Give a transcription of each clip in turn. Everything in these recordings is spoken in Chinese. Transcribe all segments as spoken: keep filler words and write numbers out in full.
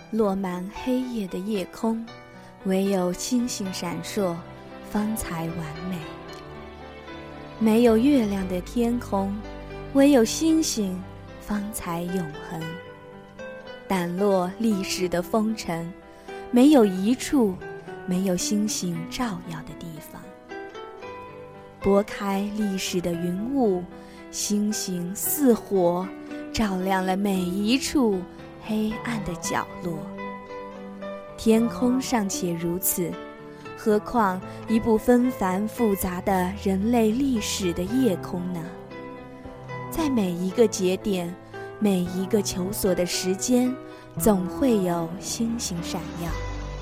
落满黑夜的夜空，唯有星星闪烁，方才完美。没有月亮的天空，唯有星星，方才永恒。掸落历史的风尘，没有一处没有星星照耀的地方。拨开历史的云雾，星星似火，照亮了每一处黑暗的角落。天空尚且如此，何况一部纷繁复杂的人类历史的夜空呢？在每一个节点，每一个求索的时间，总会有星星闪耀。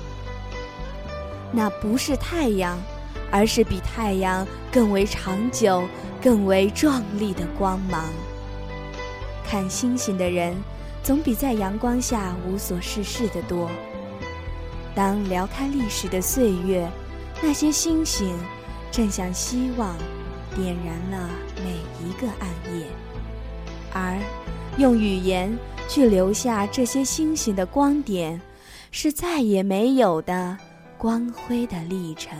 那不是太阳，而是比太阳更为长久、更为壮丽的光芒。看星星的人，总比在阳光下无所事事的多。当撩开历史的岁月，那些星星正像希望，点燃了每一个暗夜。而用语言去留下这些星星的光点，是再也没有的光辉的历程。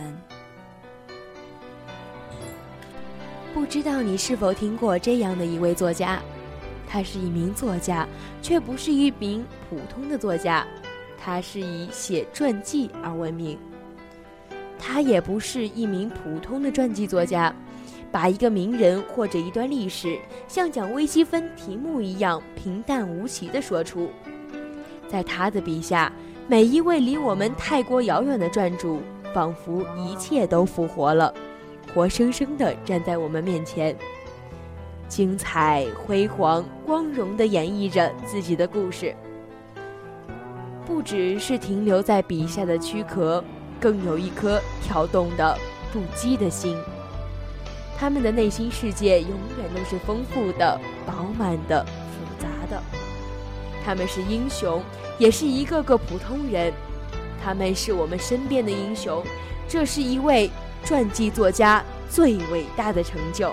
不知道你是否听过这样的一位作家，他是一名作家，却不是一名普通的作家，他是以写传记而闻名。他也不是一名普通的传记作家，把一个名人或者一段历史像讲微积分题目一样平淡无奇地说出。在他的笔下，每一位离我们太过遥远的传主，仿佛一切都复活了，活生生地站在我们面前，精彩辉煌光荣地演绎着自己的故事。不只是停留在笔下的躯壳，更有一颗跳动的不羁的心。他们的内心世界永远都是丰富的、饱满的、复杂的。他们是英雄，也是一个个普通人。他们是我们身边的英雄，这是一位传记作家最伟大的成就。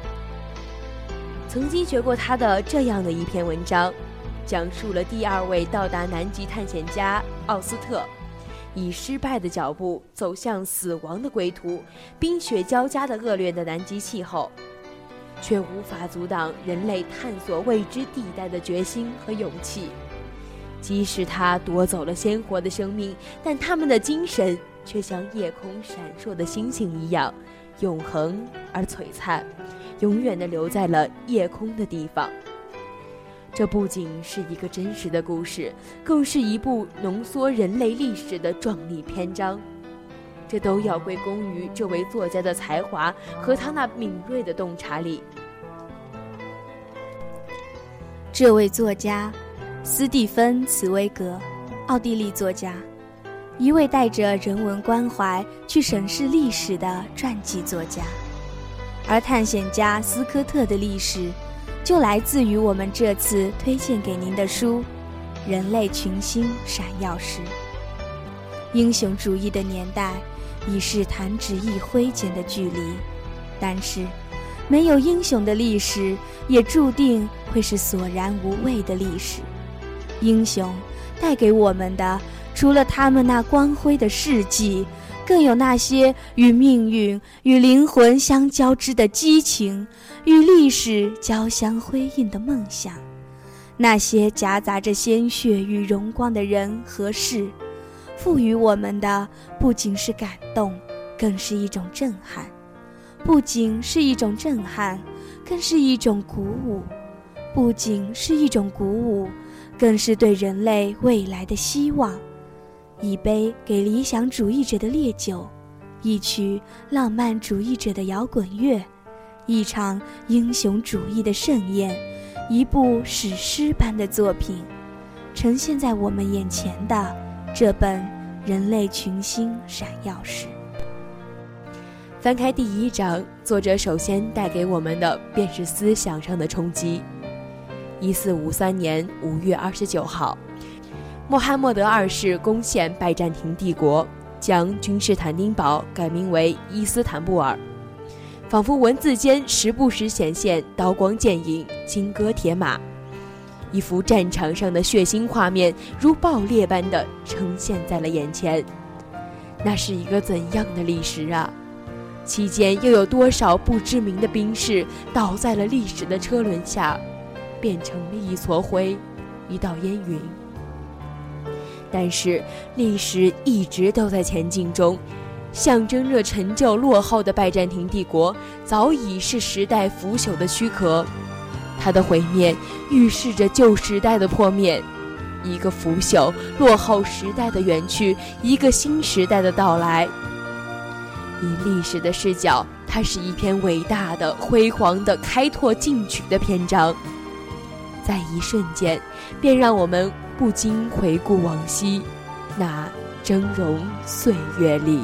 曾经学过他的这样的一篇文章，讲述了第二位到达南极探险家奥斯特以失败的脚步走向死亡的归途，冰雪交加的恶劣的南极气候，却无法阻挡人类探索未知地带的决心和勇气。即使他夺走了鲜活的生命，但他们的精神却像夜空闪烁的星星一样永恒而璀璨，永远地留在了夜空的地方。这不仅是一个真实的故事，更是一部浓缩人类历史的壮丽篇章。这都要归功于这位作家的才华和他那敏锐的洞察力。 这位作家斯蒂芬·茨威格，奥地利作家，一位带着人文关怀去审视历史的传记作家。而探险家斯科特的历史就来自于我们这次推荐给您的书《人类群星闪耀时》。英雄主义的年代已是弹指一挥间的距离，但是没有英雄的历史也注定会是索然无味的历史。英雄带给我们的，除了他们那光辉的事迹，更有那些与命运、与灵魂相交织的激情，与历史交相辉映的梦想。那些夹杂着鲜血与荣光的人和事，赋予我们的不仅是感动，更是一种震撼。不仅是一种震撼，更是一种鼓舞。不仅是一种鼓舞，更是对人类未来的希望。一杯给理想主义者的烈酒，一曲浪漫主义者的摇滚乐，一场英雄主义的盛宴，一部史诗般的作品，呈现在我们眼前的这本《人类群星闪耀时》。 翻开第一章，作者首先带给我们的便是思想上的冲击。一四五三年五月二十九号，穆罕默德二世攻陷拜占庭帝国，将君士坦丁堡改名为伊斯坦布尔，仿佛文字间时不时显现刀光剑影、金戈铁马。 一幅战场上的血腥画面如爆裂般地呈现在了眼前。那是一个怎样的历史啊！期间又有多少不知名的兵士倒在了历史的车轮下，变成了一撮灰，一道烟云。但是历史一直都在前进中，象征着陈旧落后的拜占庭帝国早已是时代腐朽的躯壳，它的毁灭预示着旧时代的破灭，一个腐朽落后时代的远去，一个新时代的到来。以历史的视角，它是一篇伟大的、辉煌的、开拓进取的篇章，在一瞬间便让我们不禁回顾往昔，那峥嵘岁月里。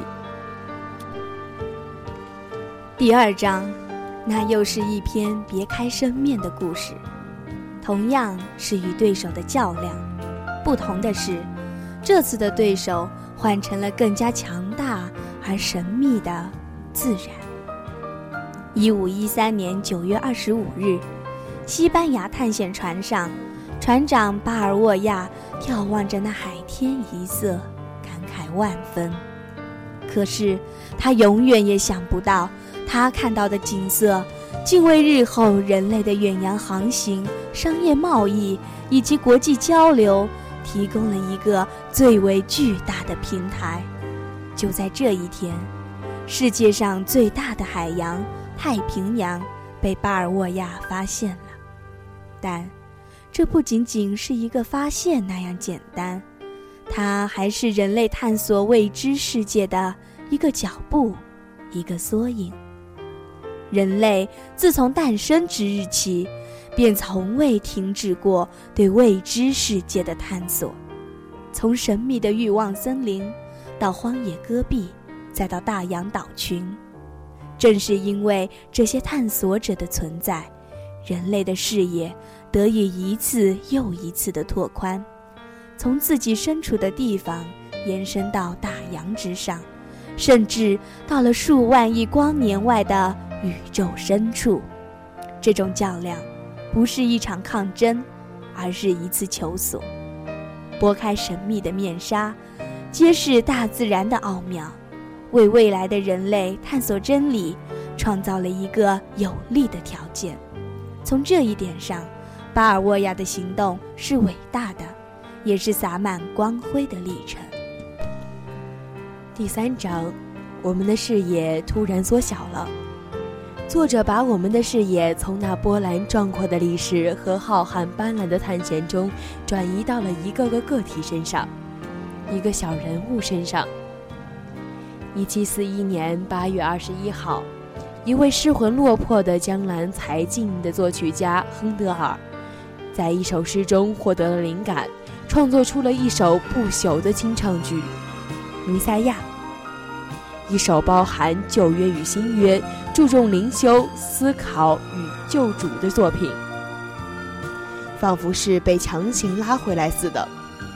第二章，那又是一篇别开生面的故事，同样是与对手的较量，不同的是，这次的对手换成了更加强大而神秘的自然。一五一三年九月二十五日，西班牙探险船上，船长巴尔沃亚眺望着那海天一色，感慨万分。可是他永远也想不到，他看到的景色竟为日后人类的远洋航行、商业贸易以及国际交流提供了一个最为巨大的平台。就在这一天，世界上最大的海洋太平洋被巴尔沃亚发现了。但这不仅仅是一个发现那样简单，它还是人类探索未知世界的一个脚步，一个缩影。人类自从诞生之日起，便从未停止过对未知世界的探索，从神秘的欲望森林到荒野戈壁，再到大洋岛群。正是因为这些探索者的存在，人类的视野得以一次又一次的拓宽，从自己身处的地方延伸到大洋之上，甚至到了数万亿光年外的宇宙深处。这种较量不是一场抗争，而是一次求索，拨开神秘的面纱，揭示大自然的奥妙，为未来的人类探索真理创造了一个有利的条件。从这一点上，巴尔沃亚的行动是伟大的，也是洒满光辉的历程。 第三章，我们的视野突然缩小了。作者把我们的视野从那波澜壮阔的历史和浩瀚斑斓的探险中转移到了一个个个体身上，一个小人物身上。一七四一年八月二十一号，一位失魂落魄的江南才尽的作曲家亨德尔，在一首诗中获得了灵感，创作出了一首不朽的清唱剧《弥赛亚》，一首包含旧约与新约，注重灵修、思考与救主的作品，仿佛是被强行拉回来似的。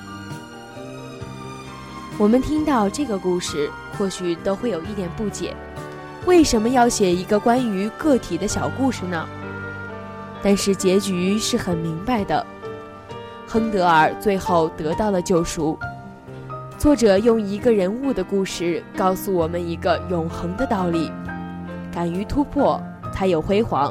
我们听到这个故事，或许都会有一点不解，为什么要写一个关于个体的小故事呢？但是结局是很明白的，亨德尔最后得到了救赎。作者用一个人物的故事告诉我们一个永恒的道理：敢于突破，才有辉煌。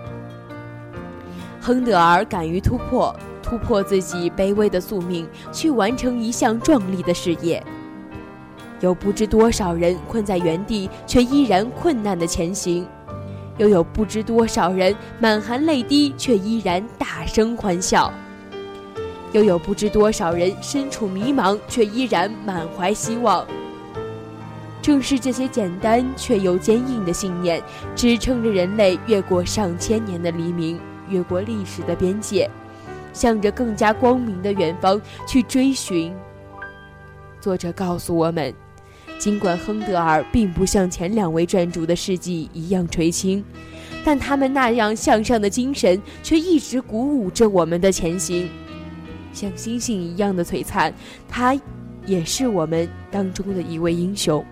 亨德尔敢于突破，突破自己卑微的宿命，去完成一项壮丽的事业。有不知多少人困在原地，却依然困难地前行；又有不知多少人满含泪滴，却依然大声欢笑；又有不知多少人身处迷茫，却依然满怀希望。正是这些简单却又坚硬的信念，支撑着人类越过上千年的黎明，越过历史的边界，向着更加光明的远方去追寻。作者告诉我们，尽管亨德尔并不像前两位传主的事迹一样垂青，但他们那样向上的精神却一直鼓舞着我们的前行，像星星一样的璀璨。他也是我们当中的一位英雄。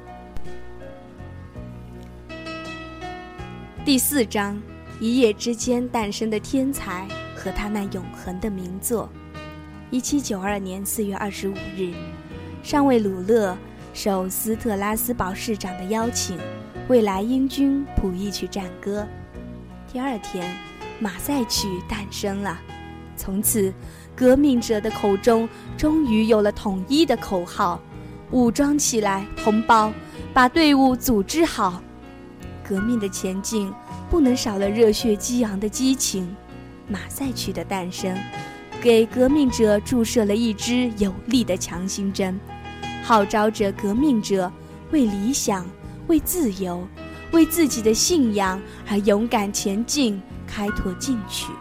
第四章，一夜之间诞生的天才和他那永恒的名作。一七九二年四月二十五日，上尉鲁勒受斯特拉斯堡市长的邀请，为莱茵军谱一曲战歌。第二天，马赛曲诞生了。从此，革命者的口中终于有了统一的口号：武装起来，同胞，把队伍组织好。革命的前进不能少了热血激昂的激情。马赛曲的诞生，给革命者注射了一支有力的强心针，号召着革命者为理想、为自由、为自己的信仰而勇敢前进，开拓进取。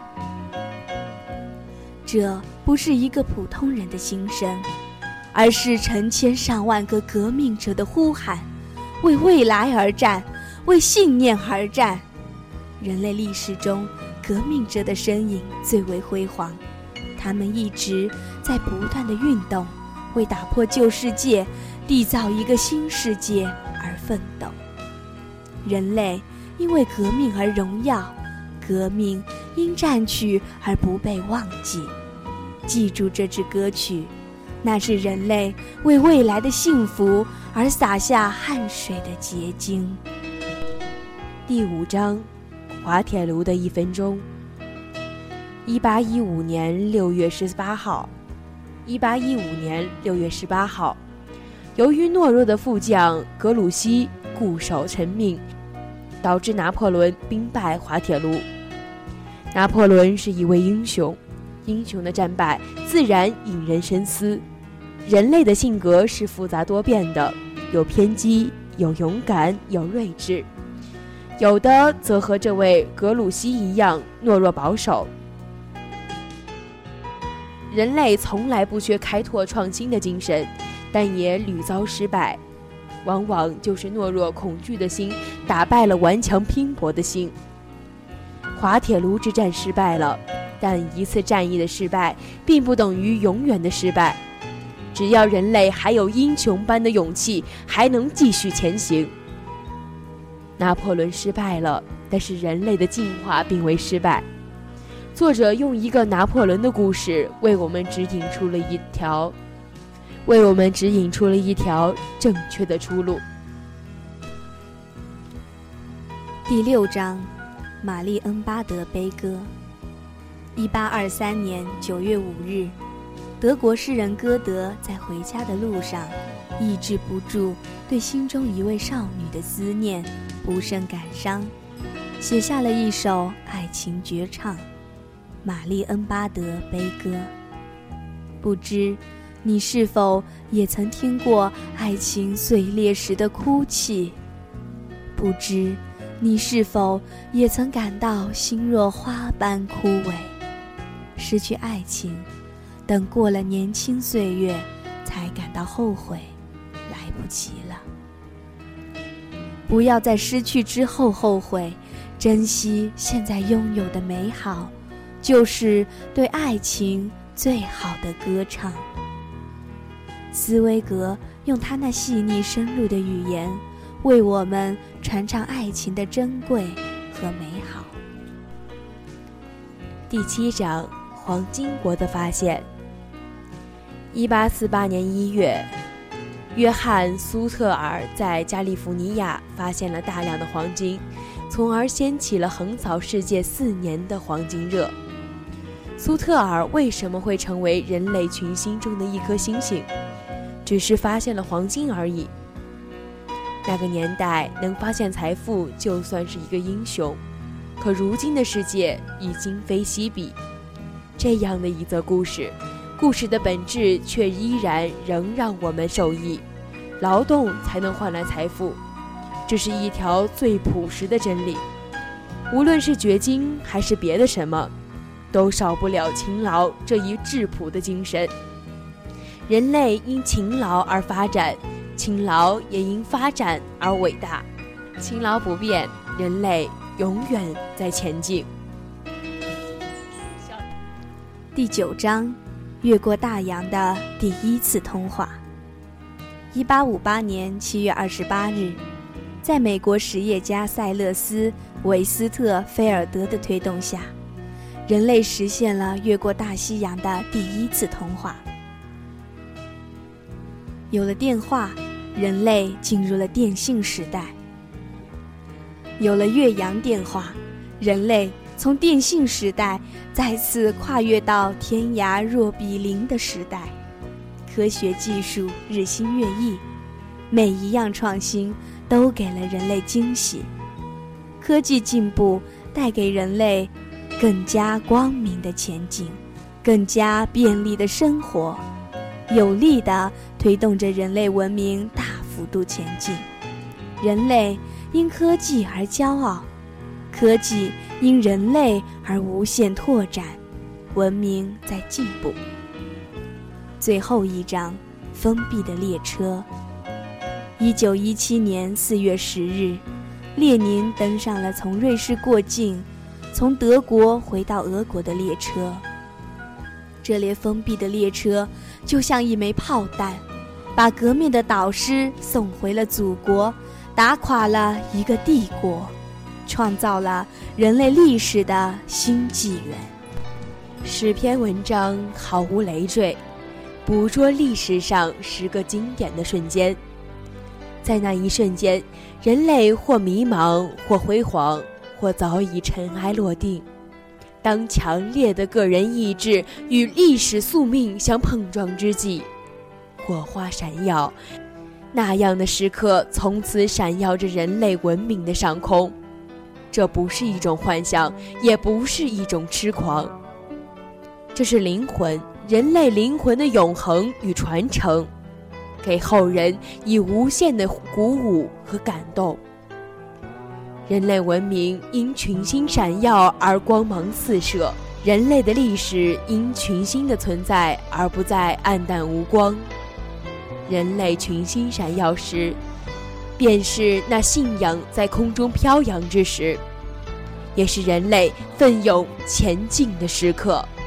这不是一个普通人的心声，而是成千上万个革命者的呼喊，为未来而战，为信念而战。人类历史中，革命者的身影最为辉煌，他们一直在不断的运动，为打破旧世界，缔造一个新世界而奋斗。人类因为革命而荣耀，革命因战曲而不被忘记。记住这支歌曲，那是人类为未来的幸福而洒下汗水的结晶。 第五章，滑铁卢的一分钟。一八一五年六月十八号，一八一五年六月十八号，由于懦弱的副将格鲁希固守成命，导致拿破仑兵败滑铁卢。拿破仑是一位英雄，英雄的战败自然引人深思。人类的性格是复杂多变的，有偏激，有勇敢，有睿智，有的则和这位格鲁希一样懦弱保守。人类从来不缺开拓创新的精神，但也屡遭失败，往往就是懦弱恐惧的心打败了顽强拼搏的心。滑铁卢之战失败了，但一次战役的失败并不等于永远的失败。只要人类还有英雄般的勇气，还能继续前行。拿破仑失败了，但是人类的进化并未失败。作者用一个拿破仑的故事为我们指引出了一条为我们指引出了一条正确的出路。 第六章，玛丽恩巴德悲歌。一八二三年九月五日，德国诗人歌德在回家的路上，抑制不住对心中一位少女的思念，不胜感伤，写下了一首爱情绝唱《玛丽恩巴德悲歌》。不知你是否也曾听过爱情碎裂时的哭泣？不知你是否也曾感到心若花般枯萎？失去爱情，等过了年轻岁月，才感到后悔，来不及了。不要在失去之后后悔，珍惜现在拥有的美好，就是对爱情最好的歌唱。斯威格用他那细腻深入的语言，为我们传唱爱情的珍贵和美好。 第七章，黄金国的发现。一八四八年一月，约翰·苏特尔在加利福尼亚发现了大量的黄金，从而掀起了横扫世界四年的黄金热。苏特尔为什么会成为人类群星中的一颗星星？只是发现了黄金而已。那个年代能发现财富就算是一个英雄，可如今的世界已今非昔比。这样的一则故事，故事的本质却依然仍让我们受益。劳动才能换来财富，这是一条最朴实的真理。无论是掘金还是别的什么，都少不了勤劳这一质朴的精神。人类因勤劳而发展，勤劳也因发展而伟大。勤劳不变，人类永远在前进。 第九章，越过大洋的第一次通话。一八五八年七月二十八日，在美国实业家塞勒斯·韦斯特菲尔德的推动下， 人类实现了越过大西洋的第一次通话。有了电话，人类进入了电信时代。有了越洋电话，人类从电信时代再次跨越到天涯若比邻的时代。科学技术日新月异，每一样创新都给了人类惊喜。科技进步带给人类更加光明的前景，更加便利的生活，有力地推动着人类文明大幅度前进。人类因科技而骄傲，科技因人类而无限拓展，文明在进步。最后一章，封闭的列车。一九一七年四月十日，列宁登上了从瑞士过境，从德国回到俄国的列车。这列封闭的列车就像一枚炮弹，把革命的导师送回了祖国，打垮了一个帝国，创造了人类历史的新纪元。 十篇文章毫无累赘，捕捉历史上十个经典的瞬间。在那一瞬间，人类或迷茫，或辉煌，或早已尘埃落定。当强烈的个人意志与历史宿命相碰撞之际，火花闪耀，那样的时刻从此闪耀着人类文明的上空。这不是一种幻想，也不是一种痴狂，这是灵魂，人类灵魂的永恒与传承，给后人以无限的鼓舞和感动。人类文明因群星闪耀而光芒四射，人类的历史因群星的存在而不再暗淡无光。人类群星闪耀时，便是那信仰在空中飘扬之时，也是人类奋勇前进的时刻。